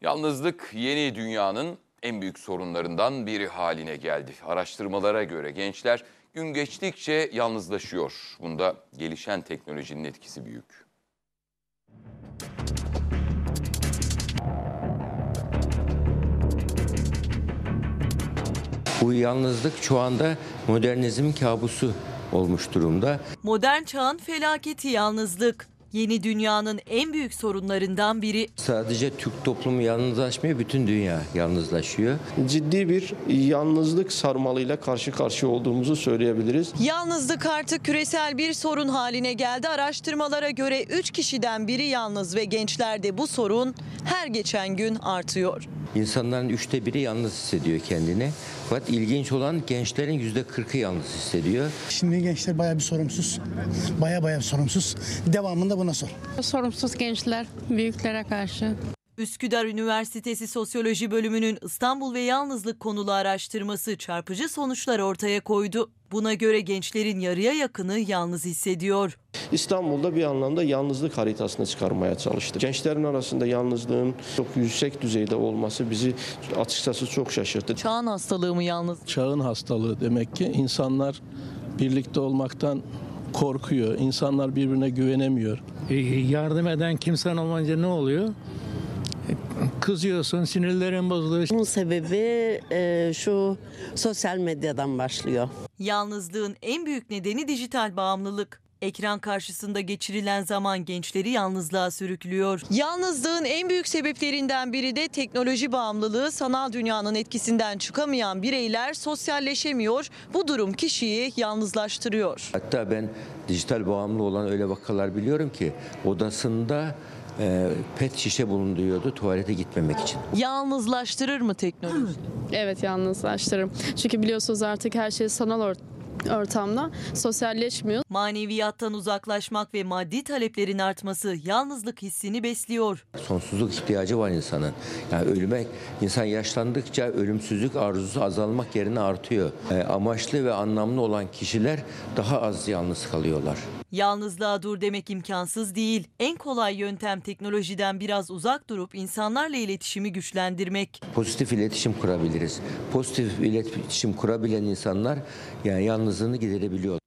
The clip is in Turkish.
Yalnızlık yeni dünyanın en büyük sorunlarından biri haline geldi. Araştırmalara göre gençler gün geçtikçe yalnızlaşıyor. Bunda gelişen teknolojinin etkisi büyük. Bu yalnızlık şu anda modernizmin kabusu olmuş durumda. Modern çağın felaketi yalnızlık. Yeni dünyanın en büyük sorunlarından biri. Sadece Türk toplumu yalnızlaşmıyor, bütün dünya yalnızlaşıyor. Ciddi bir yalnızlık sarmalıyla karşı karşıya olduğumuzu söyleyebiliriz. Yalnızlık artık küresel bir sorun haline geldi. Araştırmalara göre 3 kişiden biri yalnız ve gençlerde bu sorun her geçen gün artıyor. İnsanların 1/3'ü yalnız hissediyor kendini. Fakat ilginç olan gençlerin %40'ı yalnız hissediyor. Şimdi gençler bayağı bir sorumsuz. Bayağı sorumsuz. Devamında buna sor. Sorumsuz gençler büyüklere karşı. Üsküdar Üniversitesi Sosyoloji Bölümünün İstanbul ve Yalnızlık konulu araştırması çarpıcı sonuçlar ortaya koydu. Buna göre gençlerin yarıya yakını yalnız hissediyor. İstanbul'da bir anlamda yalnızlık haritasını çıkarmaya çalıştı. Gençlerin arasında yalnızlığın çok yüksek düzeyde olması bizi açıkçası çok şaşırttı. Çağın hastalığı mı yalnız? Çağın hastalığı demek ki insanlar birlikte olmaktan korkuyor. İnsanlar birbirine güvenemiyor. Yardım eden kimsen olmayınca ne oluyor? Kızıyorsun, sinirlerin bozuluyor. Bunun sebebi şu sosyal medyadan başlıyor. Yalnızlığın en büyük nedeni dijital bağımlılık. Ekran karşısında geçirilen zaman gençleri yalnızlığa sürüklüyor. Yalnızlığın en büyük sebeplerinden biri de teknoloji bağımlılığı. Sanal dünyanın etkisinden çıkamayan bireyler sosyalleşemiyor. Bu durum kişiyi yalnızlaştırıyor. Hatta ben dijital bağımlı olan öyle vakalar biliyorum ki odasında pet şişe bulunduruyordu tuvalete gitmemek için. Yalnızlaştırır mı teknoloji? Evet, yalnızlaştırırım. Çünkü biliyorsunuz artık her şey sanal ortamda, sosyalleşmiyor. Maneviyattan uzaklaşmak ve maddi taleplerin artması yalnızlık hissini besliyor. Sonsuzluk ihtiyacı var insanın. Yani ölmek, insan yaşlandıkça ölümsüzlük arzusu azalmak yerine artıyor. Amaçlı ve anlamlı olan kişiler daha az yalnız kalıyorlar. Yalnızlığa dur demek imkansız değil. En kolay yöntem teknolojiden biraz uzak durup insanlarla iletişimi güçlendirmek. Pozitif iletişim kurabiliriz. Pozitif iletişim kurabilen insanlar yani yalnızlığını giderebiliyor.